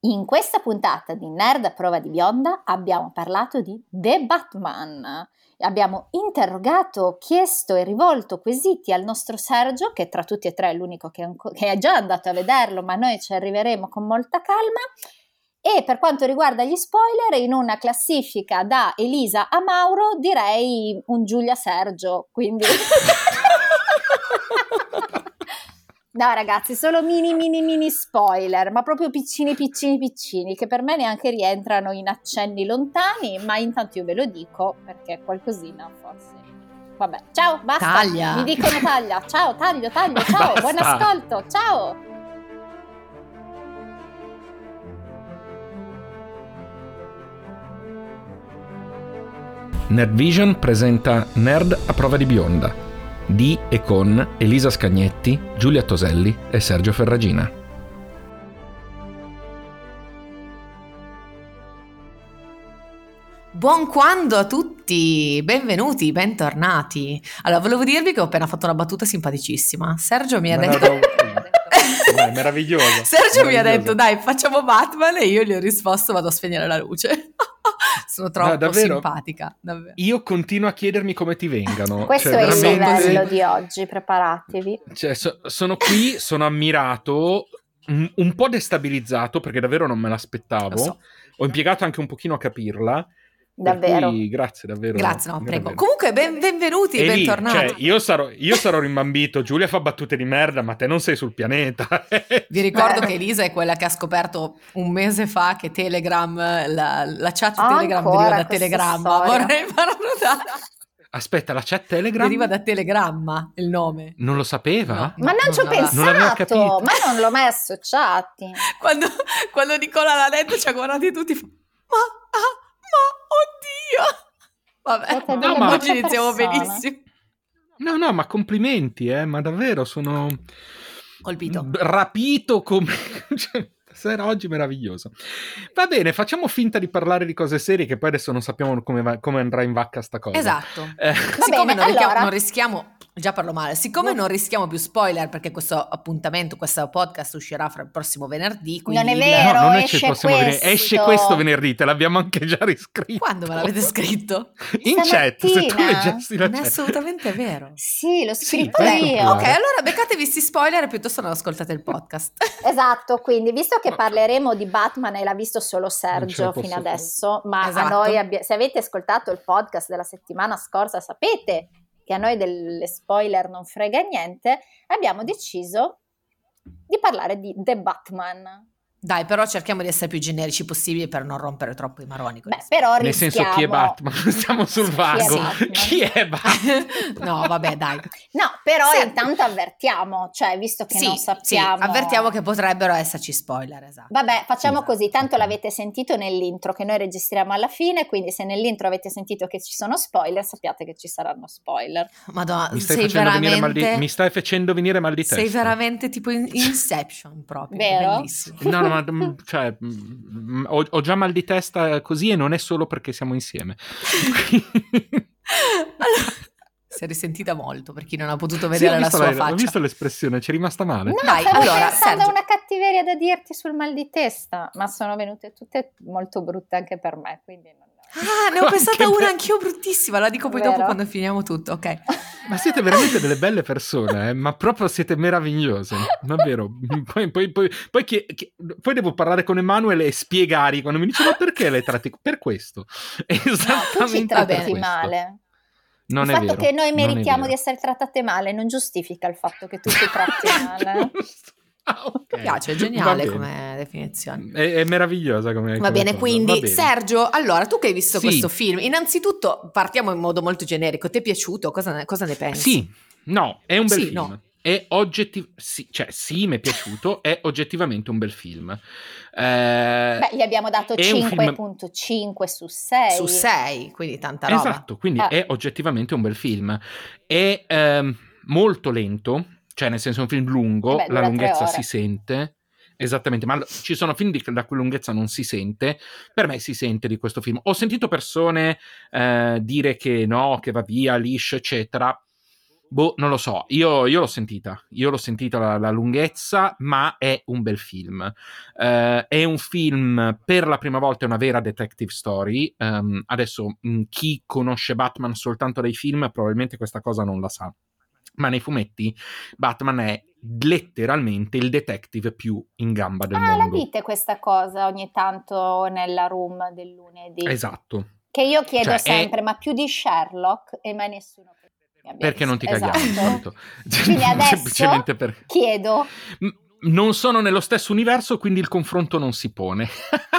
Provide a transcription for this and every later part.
In questa puntata di Nerd a prova di bionda abbiamo parlato di The Batman. Abbiamo interrogato, chiesto e rivolto quesiti al nostro Sergio, che tra tutti e tre è l'unico che è già andato a vederlo, ma noi ci arriveremo con molta calma. E per quanto riguarda gli spoiler, in una classifica da Elisa a Mauro direi un Giulia Sergio, quindi... No ragazzi, solo mini spoiler, ma proprio piccini, che per me neanche rientrano in accenni lontani, ma intanto io ve lo dico perché qualcosina forse... Vabbè, ciao, basta, taglia. Mi dicono taglia, ciao, taglio, ciao, Basta. Buon ascolto, ciao! Nerdvision presenta Nerd a prova di bionda di e con Elisa Scagnetti, Giulia Toselli e Sergio Ferragina. Buon quando a tutti, benvenuti, bentornati. Allora, volevo dirvi che ho appena fatto una battuta simpaticissima. Sergio mi ha detto... Dai, meraviglioso. Sergio mi ha detto, dai, facciamo Batman, e io gli ho risposto, vado a spegnere la luce. Sono troppo simpatica, davvero. Io continuo a chiedermi come ti vengano. Questo è il livello di oggi, preparatevi. Cioè, sono qui, sono ammirato, un po' destabilizzato perché davvero non me l'aspettavo. Lo so. Ho impiegato anche un pochino a capirla. Davvero. Cui, grazie, davvero. Grazie, no, prego. Davvero. Comunque, benvenuti, E lì, bentornati. cioè, io sarò rimbambito. Giulia fa battute di merda, ma te non sei sul pianeta. Vi ricordo che Elisa è quella che ha scoperto un mese fa che Telegram, la chat Telegram deriva da Telegramma. Vorrei farlo notare. Aspetta, la chat Telegram? Deriva da Telegramma, il nome. Non lo sapeva? No. Ma non ci ho Non aveva pensato, capito. ma non l'ho mai associati. Quando Nicola l'ha detto ci ha guardati tutti, ma oddio! Vabbè, Siete ma oggi iniziamo persone. benissimo. No, ma complimenti, ma davvero sono Colpito. rapito come... cioè, sera oggi meraviglioso. Va bene, facciamo finta di parlare di cose serie che poi adesso non sappiamo come andrà in vacca sta cosa. Esatto. Eh, Siccome bene, allora. non rischiamo, già parlo male, siccome non rischiamo più spoiler perché questo appuntamento, questo podcast uscirà fra il prossimo venerdì, quindi Non è vero. no, non esce esce il prossimo venerdì, questo. esce questo venerdì, te l'abbiamo anche già riscritto. Quando me l'avete scritto? In chat, se tu Stamattina. leggessi la Non è chat. assolutamente vero. Sì, l'ho scritto questo io. pure. Ok, allora beccatevi sti spoiler e piuttosto non ascoltate il podcast. Esatto, quindi visto che parleremo di Batman e l'ha visto solo Non ce Sergio la posso fino fare. adesso, ma Esatto. a noi se avete ascoltato il podcast della settimana scorsa sapete che a noi delle spoiler non frega niente, abbiamo deciso di parlare di The Batman. Dai, però cerchiamo di essere più generici possibili per non rompere troppo i maroni. con Beh, gli spoiler. però Nel senso, chi è Batman? Stiamo sul vago. Chi è Batman? No, vabbè, dai. No, però Sì. intanto avvertiamo, cioè visto che non sappiamo... Sì, avvertiamo che potrebbero esserci spoiler, esatto. Vabbè, facciamo Sì, così, tanto ok. l'avete sentito nell'intro che noi registriamo alla fine, quindi se nell'intro avete sentito che ci sono spoiler, sappiate che ci saranno spoiler. Madonna, Mi stai sei facendo venire veramente... mi stai facendo venire mal di testa. Sei veramente tipo Inception proprio, Vero? bellissimo. No, ma cioè, ho già mal di testa così e non è solo perché siamo insieme. Allora, si è risentita molto per chi non ha potuto vedere Sì, la sua ho faccia. visto l'espressione, ci è rimasta male. No, Dai, stavo allora, pensando a Sergio. una cattiveria da dirti sul mal di testa, ma sono venute tutte molto brutte anche per me, quindi non... Ah, ne ho pensata Anche una per- anch'io bruttissima, la dico poi Vero? dopo quando finiamo tutto, ok? Ma siete veramente delle belle persone, ma proprio siete meravigliose, davvero. Poi devo parlare con Emanuele e spiegare quando mi dice ma perché le tratti per questo? Tu ci Esattamente per tratti questo. male. Non Il è fatto vero. che noi non è meritiamo vero. di essere trattate male non giustifica il fatto che tu ti tratti male. Ah, ok. Mi piace, è Va geniale bene. come definizione. È meravigliosa come Va bene, cosa. quindi Va bene. Sergio, allora tu che hai visto Sì. questo film, innanzitutto partiamo in modo molto generico, ti è piaciuto? Cosa ne pensi? Sì, no, è un bel Sì, film. no. È sì, mi è piaciuto, è oggettivamente un bel film. Beh, gli abbiamo dato è un film 5.5 su 6. Su 6, quindi tanta roba. esatto, quindi Ah. è oggettivamente un bel film. È molto lento, cioè nel senso è un film lungo, Beh, dura la 3 lunghezza ore. si sente. Esattamente, ma ci sono film da cui lunghezza non si sente. Per me si sente di questo film. Ho sentito persone dire che no, che va via, liscio, eccetera. Boh, non lo so, io l'ho sentita la lunghezza, ma è un bel film. È un film, per la prima volta, è una vera detective story. Adesso, chi conosce Batman soltanto dai film probabilmente questa cosa non la sa, ma nei fumetti Batman è letteralmente il detective più in gamba del La mondo. dite questa cosa ogni tanto nella room del lunedì. Esatto. Che io chiedo sempre, ma più di Sherlock? E mai nessuno... Perché non ti caghiamo di solito. Quindi adesso semplicemente perché chiedo. Non sono nello stesso universo, quindi il confronto non si pone.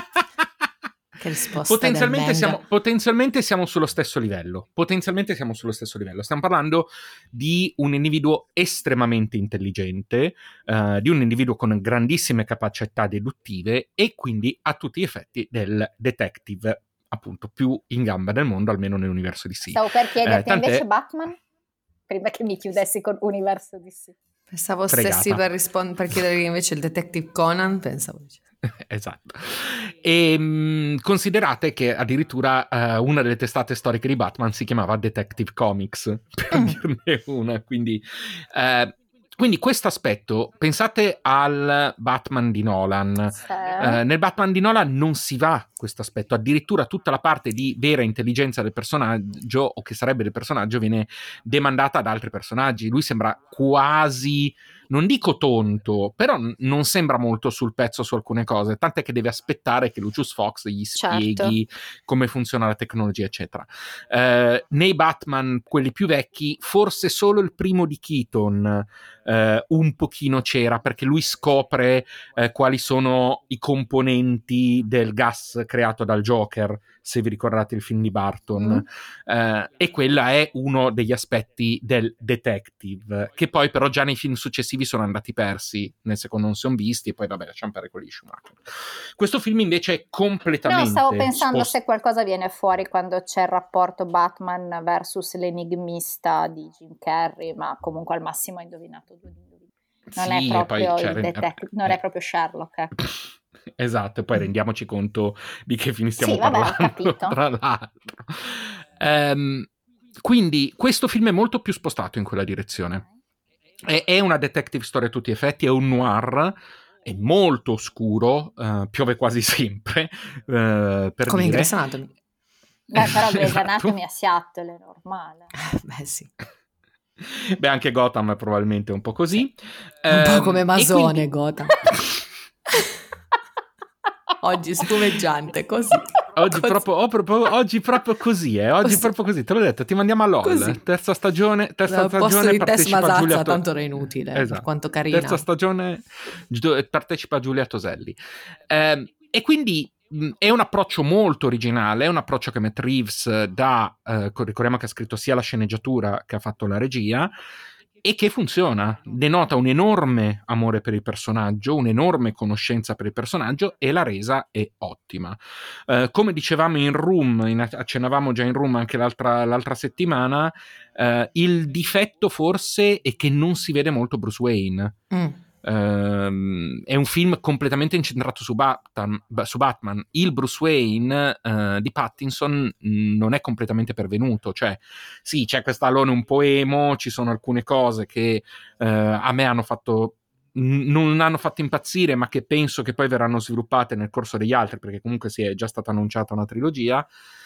Che risposta potenzialmente siamo sullo stesso livello. Stiamo parlando di un individuo estremamente intelligente, di un individuo con grandissime capacità deduttive e quindi a tutti gli effetti del detective appunto più in gamba del mondo, almeno nell'universo DC. Stavo per chiederti invece Batman? Prima che mi chiudessi con universo DC. Pensavo stessi per chiedere invece il Detective Conan, pensavo. Esatto. E considerate che addirittura una delle testate storiche di Batman si chiamava Detective Comics, per dirne una, quindi questo aspetto, pensate al Batman di Nolan. Nel Batman di Nolan non si va questo aspetto, addirittura tutta la parte di vera intelligenza del personaggio, o che sarebbe del personaggio, viene demandata ad altri personaggi. Lui sembra quasi, non dico tonto, però non sembra molto sul pezzo su alcune cose, tant'è che deve aspettare che Lucius Fox gli spieghi come funziona la tecnologia, eccetera. Nei Batman, quelli più vecchi, forse solo il primo di Keaton un pochino c'era, perché lui scopre quali sono i componenti del gas creato dal Joker, se vi ricordate il film di Burton, e quella è uno degli aspetti del detective, che poi però già nei film successivi sono andati persi, nel secondo non si sono visti, e poi vabbè, lasciamo perdere quelli di Schumacher. Questo film invece è completamente... No, stavo pensando se qualcosa viene fuori quando c'è il rapporto Batman versus l'enigmista di Jim Carrey, ma comunque al massimo ha indovinato due indovini. Non è proprio il detective, non è proprio Sherlock, Esatto, e poi rendiamoci conto di che film stiamo parlando, ho capito. tra l'altro. Quindi questo film è molto più spostato in quella direzione. È una detective story a tutti gli effetti, è un noir, è molto oscuro, piove quasi sempre, per come dire. Grey's Anatomy. Però Grey's Anatomy a Seattle è normale. Beh sì. Beh, anche Gotham è probabilmente un po' così. Un po' come Masone, quindi... Gotham. Oggi spumeggiante, così. Oggi proprio così, proprio così, te l'ho detto, ti mandiamo a LOL. Così. Terza stagione posto di Tess Masazza, Giulia tanto era inutile, esatto. Per quanto carina. Terza stagione partecipa Giulia Toselli. E quindi è un approccio molto originale, è un approccio che Matt Reeves dà, ricordiamo che ha scritto sia la sceneggiatura che ha fatto la regia, e che funziona, denota un enorme amore per il personaggio, un'enorme conoscenza per il personaggio, e la resa è ottima. Come dicevamo in Room, accennavamo già in Room anche l'altra settimana, il difetto forse è che non si vede molto Bruce Wayne. È un film completamente incentrato su Batman. Il Bruce Wayne di Pattinson non è completamente pervenuto, cioè sì, c'è quest'alone un po' emo, ci sono alcune cose che a me non hanno fatto impazzire, ma che penso che poi verranno sviluppate nel corso degli altri, perché comunque è già stata annunciata una trilogia,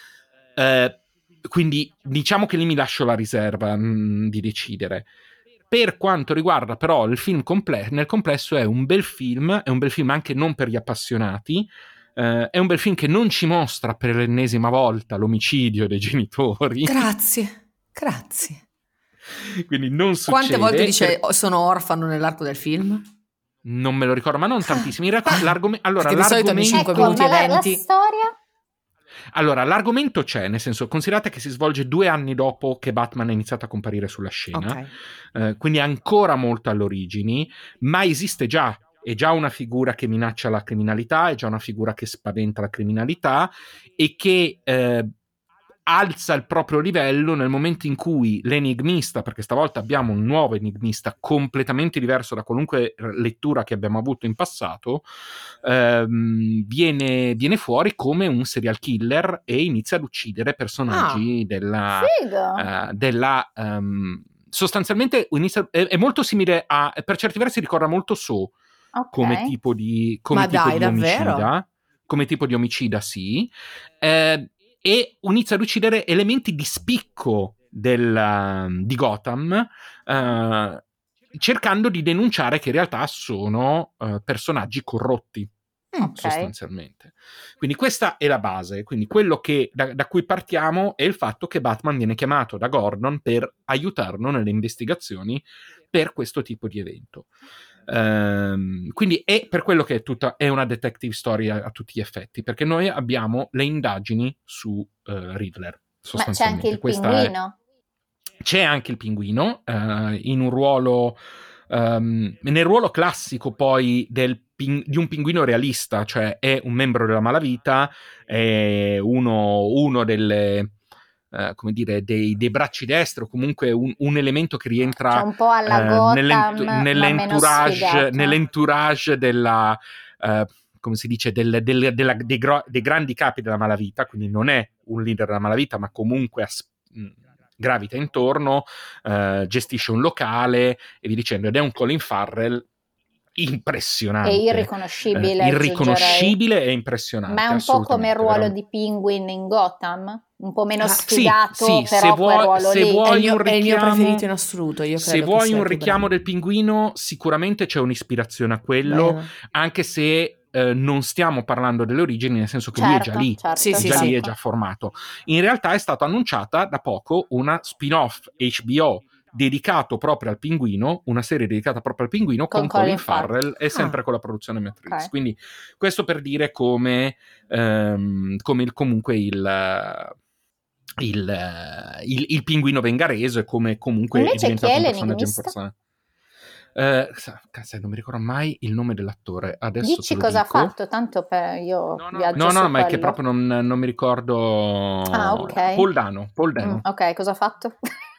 quindi diciamo che lì mi lascio la riserva di decidere. Per quanto riguarda però il film nel complesso è un bel film anche non per gli appassionati, è un bel film che non ci mostra per l'ennesima volta l'omicidio dei genitori. Grazie. Quindi non succede. Quante volte dice sono orfano nell'arco del film? Non me lo ricordo, ma non tantissimi. In realtà l'argomento... Perché di solito mi 5 minuti e 20. La storia... Allora, l'argomento c'è, nel senso, considerate che si svolge 2 anni dopo che Batman è iniziato a comparire sulla scena, quindi ancora molto alle origini, ma esiste già, è già una figura che minaccia la criminalità, è già una figura che spaventa la criminalità e che alza il proprio livello nel momento in cui l'enigmista, perché stavolta abbiamo un nuovo enigmista completamente diverso da qualunque lettura che abbiamo avuto in passato, viene fuori come un serial killer e inizia ad uccidere personaggi sostanzialmente è molto simile a, per certi versi ricorda molto Saw, come tipo di omicida, come tipo di omicida, sì, e inizia ad uccidere elementi di spicco di Gotham, cercando di denunciare che in realtà sono personaggi corrotti. Sostanzialmente. Quindi questa è la base. Quindi quello che da cui partiamo è il fatto che Batman viene chiamato da Gordon per aiutarlo nelle investigazioni per questo tipo di evento. Quindi è per quello che è una detective story a tutti gli effetti, perché noi abbiamo le indagini su Riddler. Ma c'è anche il pinguino? C'è anche il pinguino in un ruolo nel ruolo classico poi di un pinguino realista, cioè è un membro della malavita, è uno delle come dire, dei bracci destri, o comunque un elemento che rientra cioè un po' alla Gotham, nell'entourage della come si dice, dei grandi capi della malavita, quindi non è un leader della malavita, ma comunque gravita intorno, gestisce un locale e via dicendo, ed è un Colin Farrell impressionante. È irriconoscibile. Irriconoscibile e impressionante. Ma è un po' come il ruolo di Penguin in Gotham? Un po' meno sfigato, sì, però quel ruolo lì. È il mio preferito in assoluto. Io se vuoi un richiamo del pinguino, sicuramente c'è un'ispirazione a quello, anche se non stiamo parlando delle origini, nel senso che lui è già lì, lì è già formato. In realtà è stata annunciata da poco una spin-off HBO dedicato proprio al pinguino, una serie dedicata proprio al pinguino con Colin Farrell e sempre con la produzione Matrix. Quindi questo per dire come comunque il pinguino venga reso e come comunque invece è diventato un personaggio importante. Cazzo, non mi ricordo mai il nome dell'attore. Adesso dici cosa ha fatto, tanto io viaggio no, ma è che proprio non mi ricordo. Ok. Paul Dano. Ok, cosa ha fatto?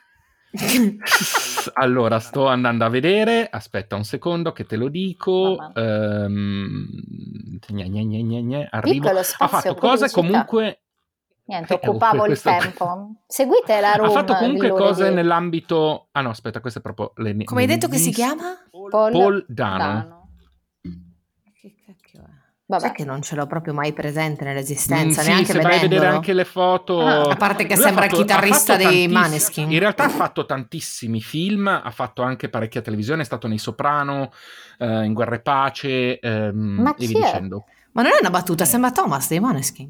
Allora, sto andando a vedere, aspetta un secondo che te lo dico. Arrivo. Ha fatto cose comunque. Niente, occupavo il tempo. Seguite la room. Ha fatto comunque cose nell'ambito. Ah no, aspetta, questo è proprio. Come hai detto che si chiama? Paul Dano. Che cacchio è? Vabbè. Sai che non ce l'ho proprio mai presente nell'esistenza, neanche se vai a vedere anche le foto. A parte che sembra il chitarrista dei Maneskin. In realtà ha fatto tantissimi film, ha fatto anche parecchia televisione, è stato nei Soprano, in Guerra e Pace, Ma e via dicendo. Ma non è una battuta, sembra Thomas dei Maneskin.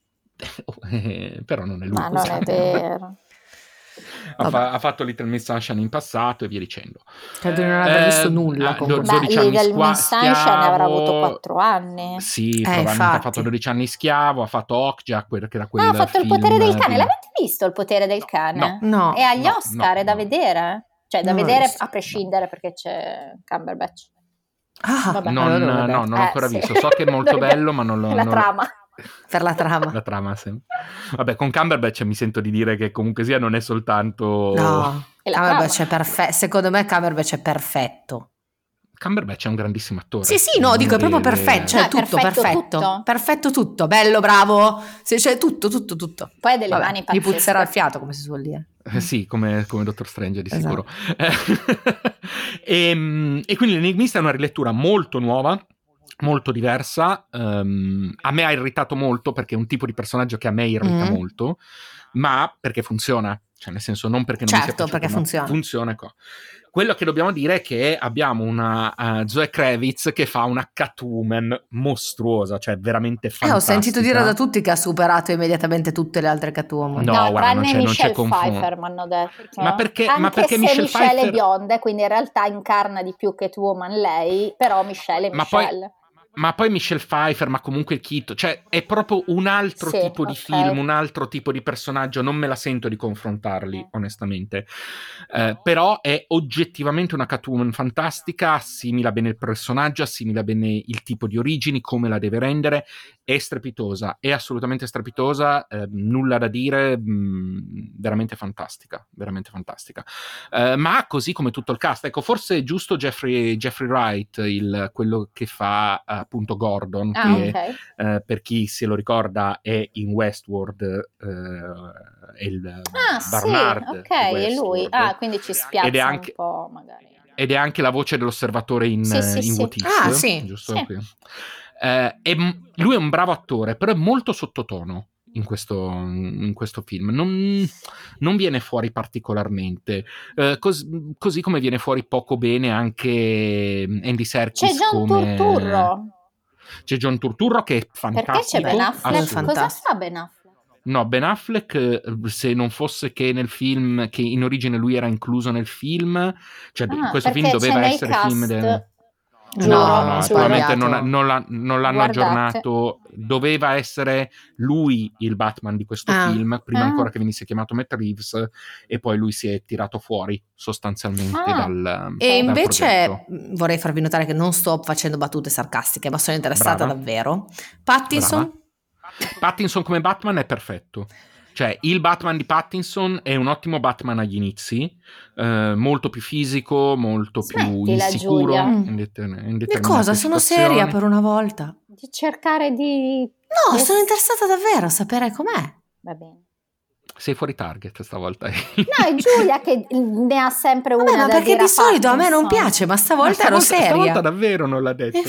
Però non è lui. Ma non è vero. Ha fatto Little Miss Sunshine in passato e via dicendo. Credo di non aver visto nulla. 12 anni Little Miss Sunshine avrà avuto 4 anni. Sì, probabilmente ha fatto 12 anni schiavo, ha fatto Okja, che era quel ha fatto film, Il potere del cane. L'avete visto Il potere del cane? No. È agli Oscar, è da vedere. Cioè, da Non l'ho vedere visto. a prescindere, perché c'è Cumberbatch. Vabbè, non l'ho ancora visto. So che è molto bello, ma non l'ho. La trama. Per la trama. La trama, sì. Vabbè, con Cumberbatch mi sento di dire che comunque sia non è soltanto. No, Cumberbatch è perfetto. Secondo me Cumberbatch è perfetto. Cumberbatch è un grandissimo attore. Sì, no, dico, è proprio perfetto. Cioè, tutto perfetto. Perfetto tutto. Bello, bravo. C'è tutto. Poi ha delle mani pazzesche. Mi puzzerà il fiato, come si suol dire. Sì, come Dottor Strange, di sicuro. E quindi L'Enigmista è una rilettura molto nuova, molto diversa. A me ha irritato molto, perché è un tipo di personaggio che a me irrita molto, ma perché funziona. Cioè, nel senso, non perché non mi sia piaciuto, perché funziona qua. Quello che dobbiamo dire è che abbiamo una Zoe Kravitz che fa una Catwoman mostruosa, cioè veramente fantastica. Ho sentito dire da tutti che ha superato immediatamente tutte le altre Catwoman. No, guarda, tranne non c'è Pfeiffer, mi hanno detto. Ma perché Michelle Pfeiffer è bionda, quindi in realtà incarna di più Catwoman lei, però Michelle è Michelle. Ma poi Michelle Pfeiffer, ma comunque il Keaton, cioè è proprio un altro tipo di film, un altro tipo di personaggio, non me la sento di confrontarli, onestamente. Però è oggettivamente una Catwoman fantastica, assimila bene il personaggio, assimila bene il tipo di origini, come la deve rendere, è strepitosa, è assolutamente strepitosa, nulla da dire, veramente fantastica, ma così come tutto il cast. Ecco, forse è giusto Jeffrey Wright, quello che fa appunto Gordon, che per chi se lo ricorda è in Westworld, è il Barnard sì, ok, di è lui. Westworld. Quindi ci spiazza un po' magari. Ed è anche la voce dell'osservatore in What If, sì. giusto? Sì. Lui è un bravo attore, però è molto sottotono in questo film. Non viene fuori particolarmente. Così come viene fuori poco bene anche Andy Serkis. C'è John Turturro. C'è John Turturro che è fantastico. Perché c'è Ben Affleck? Cosa fa Ben Affleck? No, Ben Affleck, se non fosse che nel film, che in origine lui era incluso nel film, cioè questo film doveva essere film del... No, probabilmente non l'hanno aggiornato. Doveva essere lui il Batman di questo film, prima ancora che venisse chiamato Matt Reeves, e poi lui si è tirato fuori sostanzialmente dal E invece progetto. vorrei farvi notare che non sto facendo battute sarcastiche, ma sono interessata davvero. Pattinson? Pattinson come Batman è perfetto. Cioè, il Batman di Pattinson è un ottimo Batman agli inizi, molto più fisico, molto più insicuro in determinate cosa? Sono seria per una volta. Di cercare di... No, sono interessata davvero a sapere com'è. Va bene. Sei fuori target stavolta. No, è Giulia che ne ha sempre una da perché dire di solito a me non piace, ma stavolta ero seria. Stavolta davvero non l'ha detto.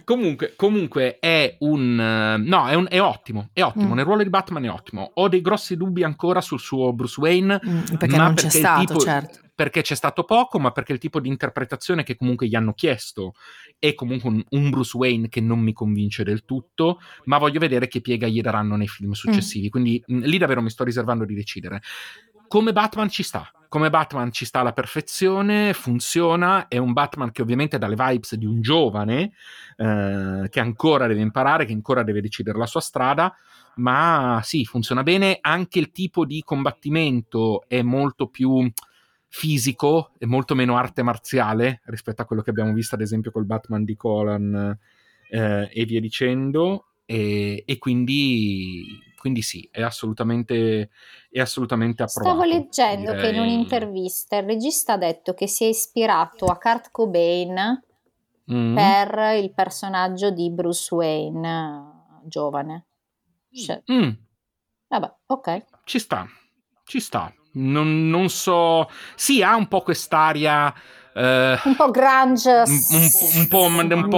Comunque è un... No, è ottimo, nel ruolo di Batman è ottimo. Ho dei grossi dubbi ancora sul suo Bruce Wayne. Perché non c'è stato, certo. Perché c'è stato poco, ma perché il tipo di interpretazione che comunque gli hanno chiesto è comunque un Bruce Wayne che non mi convince del tutto, ma voglio vedere che piega gli daranno nei film successivi. Quindi lì davvero mi sto riservando di decidere. Come Batman ci sta alla perfezione, funziona, è un Batman che ovviamente ha dalle vibes di un giovane che ancora deve imparare, che ancora deve decidere la sua strada, ma sì, funziona bene. Anche il tipo di combattimento è molto più fisico e molto meno arte marziale rispetto a quello che abbiamo visto ad esempio col Batman di Nolan e via dicendo, e quindi sì, è assolutamente approvato. Stavo leggendo che in un'intervista il regista ha detto che si è ispirato a Kurt Cobain per il personaggio di Bruce Wayne giovane. Vabbè, ok. Ci sta. Non so, sì, ha un po' quest'aria un po' grunge, un po'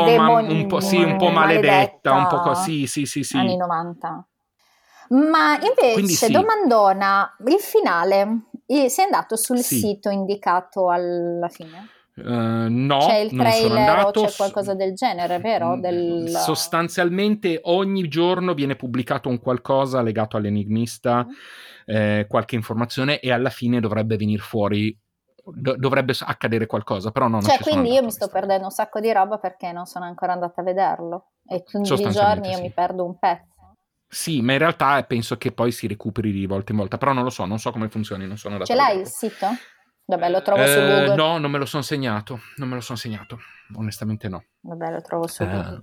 maledetta, un po' così, sì. Anni 90. Ma invece, domandona, il finale, sei andato sul sito indicato alla fine? No, c'è il non sono trailer andato. O c'è qualcosa del genere, vero? Sostanzialmente ogni giorno viene pubblicato un qualcosa legato all'enigmista, qualche informazione, e alla fine dovrebbe venire fuori, dovrebbe accadere qualcosa, però no, non ci sono quindi io mi sto onestamente. perdendo un sacco di roba perché non sono ancora andata a vederlo, e tutti i giorni io mi perdo un pezzo. Sì, ma in realtà penso che poi si recuperi di volta in volta, però non lo so, non so come funzioni, non sono andato. Ce l'hai il sito? Vabbè, lo trovo su Google. No, non me lo sono segnato, onestamente no. Vabbè, lo trovo su Google.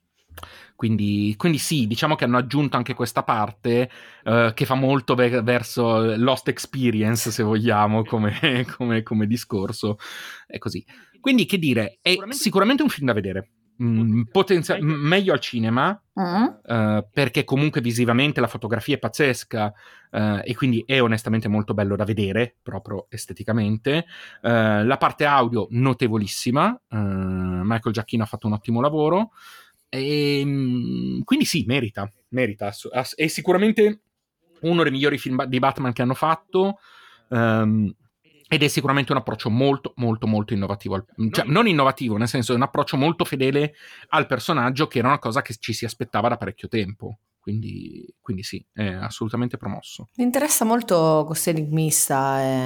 Quindi sì, diciamo che hanno aggiunto anche questa parte che fa molto verso Lost Experience, se vogliamo, come discorso. È così. Quindi, che dire, è sicuramente un film da vedere. Meglio al cinema, perché comunque visivamente la fotografia è pazzesca, e quindi è onestamente molto bello da vedere, proprio esteticamente. La parte audio notevolissima, Michael Giacchino ha fatto un ottimo lavoro, e quindi sì, merita. È sicuramente uno dei migliori film di Batman che hanno fatto, ed è sicuramente un approccio molto molto molto innovativo, cioè non innovativo nel senso, è un approccio molto fedele al personaggio, che era una cosa che ci si aspettava da parecchio tempo, quindi sì, è assolutamente promosso. Mi interessa molto questo enigmista.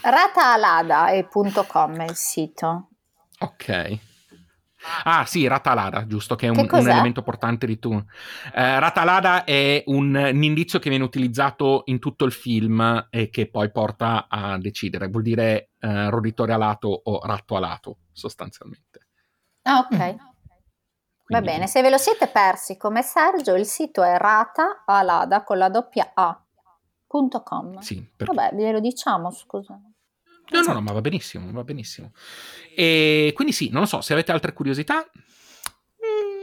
Rataalada.com è il sito. Ok. Ah sì, Ratalada, giusto, che è un elemento portante di tu. Ratalada è un indizio che viene utilizzato in tutto il film e che poi porta a decidere, vuol dire roditore alato o ratto alato, sostanzialmente. Ah, ok. Quindi... Va bene, se ve lo siete persi come Sergio, il sito è rataalada con la doppia A.com. Sì, vabbè, glielo diciamo, scusa. No, ma va benissimo. E quindi sì, non lo so, se avete altre curiosità.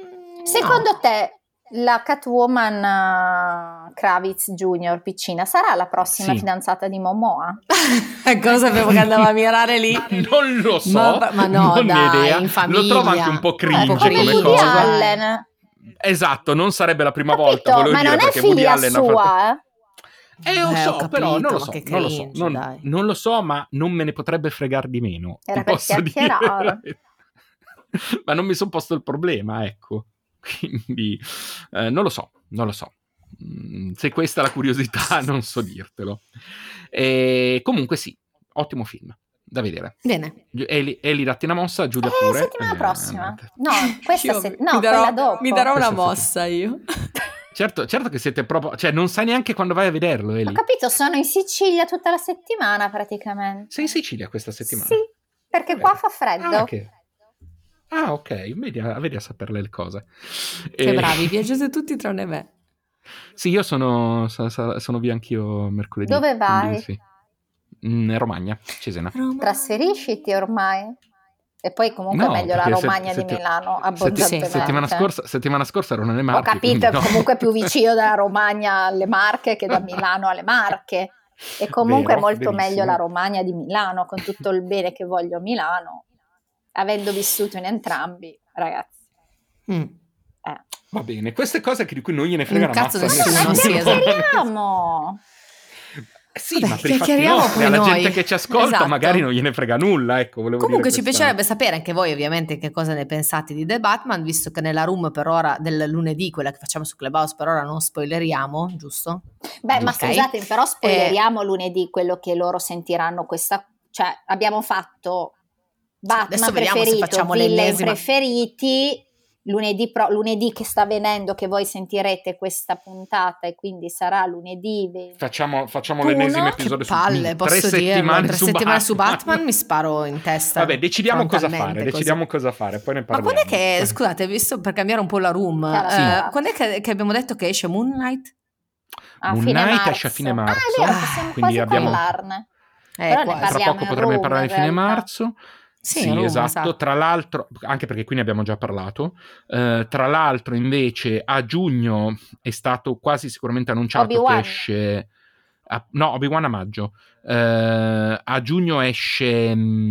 Secondo te la Catwoman Kravitz Jr. piccina sarà la prossima fidanzata di Momoa? Cosa sapevo che andava a mirare lì? Non lo so, ma no, non dai, ho idea. In famiglia. Lo trovo anche un po' cringe come cosa. Allen. Esatto, non sarebbe la prima Capito, volta, ma non è figlia sua, lo so, capito, però non lo so, cringe, non lo so, ma non me ne potrebbe fregare di meno. Era per chiacchierare. Ma non mi sono posto il problema, ecco. Quindi non lo so. Se questa è la curiosità, non so dirtelo. Comunque sì, ottimo film da vedere. Bene. Eli datti una mossa, Giulia pure. Settimana prossima. No, quella dopo. Mi darò una mossa io. Certo che siete proprio... Cioè, non sai neanche quando vai a vederlo, Eli. Ho capito, sono in Sicilia tutta la settimana praticamente. Sei in Sicilia questa settimana? Sì, perché qua fa freddo. Ok, vedi a saperle le cose. Che bravi, viaggiate tutti tranne me. Sì, io sono via anch'io mercoledì. Dove vai? Quindi, sì. Romagna, Cesena. Trasferisciti ormai? E poi comunque è meglio la Romagna di Milano, abbondantemente. Settimana scorsa ero nelle Marche. Ho capito, è no. comunque più vicino dalla Romagna alle Marche che da Milano alle Marche. E comunque è molto meglio la Romagna di Milano, con tutto il bene che voglio a Milano, avendo vissuto in entrambi, ragazzi. Va bene, queste cose di cui non gliene frega una mazza nessuno. Chiariamo! Sì, ma per i fatti nostri, alla gente che ci ascolta magari non gliene frega nulla, ecco. Comunque ci piacerebbe sapere anche voi ovviamente che cosa ne pensate di The Batman, visto che nella room per ora del lunedì, quella che facciamo su Clubhouse, per ora non spoileriamo, giusto? Beh, ma scusate, però spoileriamo lunedì quello che loro sentiranno cioè abbiamo fatto Batman preferito, villain preferiti. Lunedì che sta venendo, che voi sentirete questa puntata, e quindi sarà lunedì. Facciamo l'ennesimo episodio su Batman. 3 settimane su Batman mi sparo in testa. Vabbè, decidiamo cosa fare, poi ne parliamo. Ma quando è che, scusate, visto per cambiare un po' la room, quando è che abbiamo detto che esce Moon Knight? Moon Knight esce a fine marzo. È vero, possiamo quasi parlarne. Però tra poco potremo parlare di fine marzo. Sì, esatto. Tra l'altro, anche perché qui ne abbiamo già parlato, tra l'altro invece a giugno è stato quasi sicuramente annunciato Obi-Wan. Che esce... Obi-Wan a maggio. A giugno esce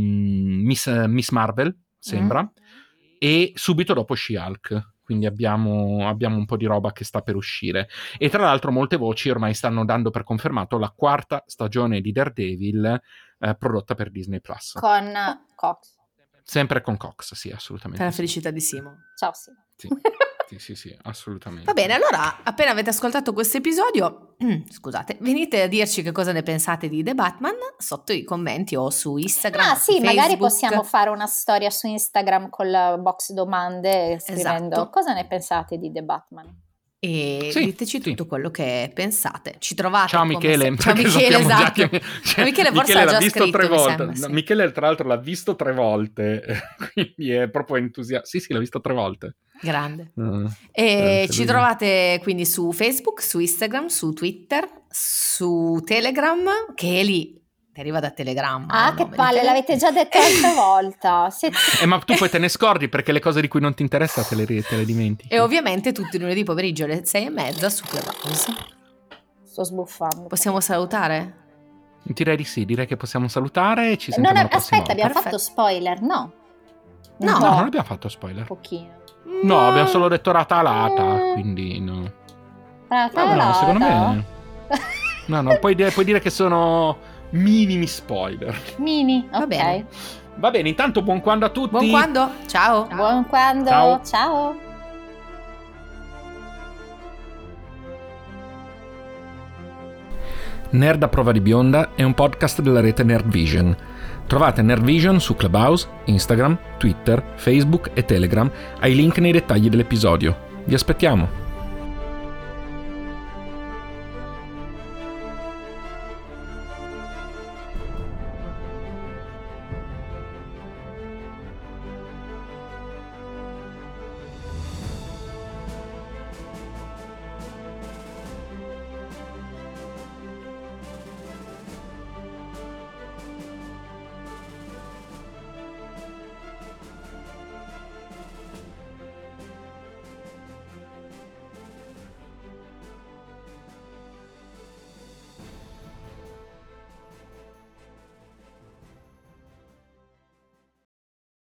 Miss Marvel, sembra, e subito dopo She-Hulk. Quindi abbiamo un po' di roba che sta per uscire. E tra l'altro molte voci ormai stanno dando per confermato la 4ª stagione di Daredevil prodotta per Disney+. Con Cox. Sempre con Cox, sì, assolutamente. Per la felicità di Simo. Ciao Simo. Sì, assolutamente. Va bene, allora, appena avete ascoltato questo episodio, scusate, venite a dirci che cosa ne pensate di The Batman sotto i commenti o su Instagram. Sì, Facebook. Magari possiamo fare una storia su Instagram con la box domande scrivendo cosa ne pensate di The Batman. E diteci tutto quello che pensate. Ci trovate. Ciao Michele. Ciao Michele, esatto. Michele forse ha già visto scritto 3 volte. Sembra, Michele tra l'altro l'ha visto 3 volte, quindi è proprio entusiasta. Sì, l'ha visto 3 volte. Grande. E ci trovate quindi su Facebook, su Instagram, su Twitter, su Telegram, che è lì. Ti arriva da Telegram. Che palle, l'avete già detto l'altra volta. Ma tu poi te ne scordi perché le cose di cui non ti interessa te le dimentichi. E ovviamente tutti i lunedì pomeriggio alle 6:30 su Clubhouse. Sto sbuffando. Possiamo salutare? Direi di sì, direi che possiamo salutare e ci sentiamo la prossima volta. Abbiamo fatto spoiler, no? No, non abbiamo fatto spoiler. Un pochino. No, abbiamo solo detto ratalata, quindi no. Ratalata? No, secondo me... No, puoi dire che sono... minimi spoiler. Va bene. Va bene, intanto buon quando a tutti. Buon quando. Ciao. Buon quando. Ciao. Nerd a prova di bionda è un podcast della rete Nerd Vision. Trovate Nerd Vision su Clubhouse, Instagram, Twitter, Facebook e Telegram ai link nei dettagli dell'episodio. Vi aspettiamo.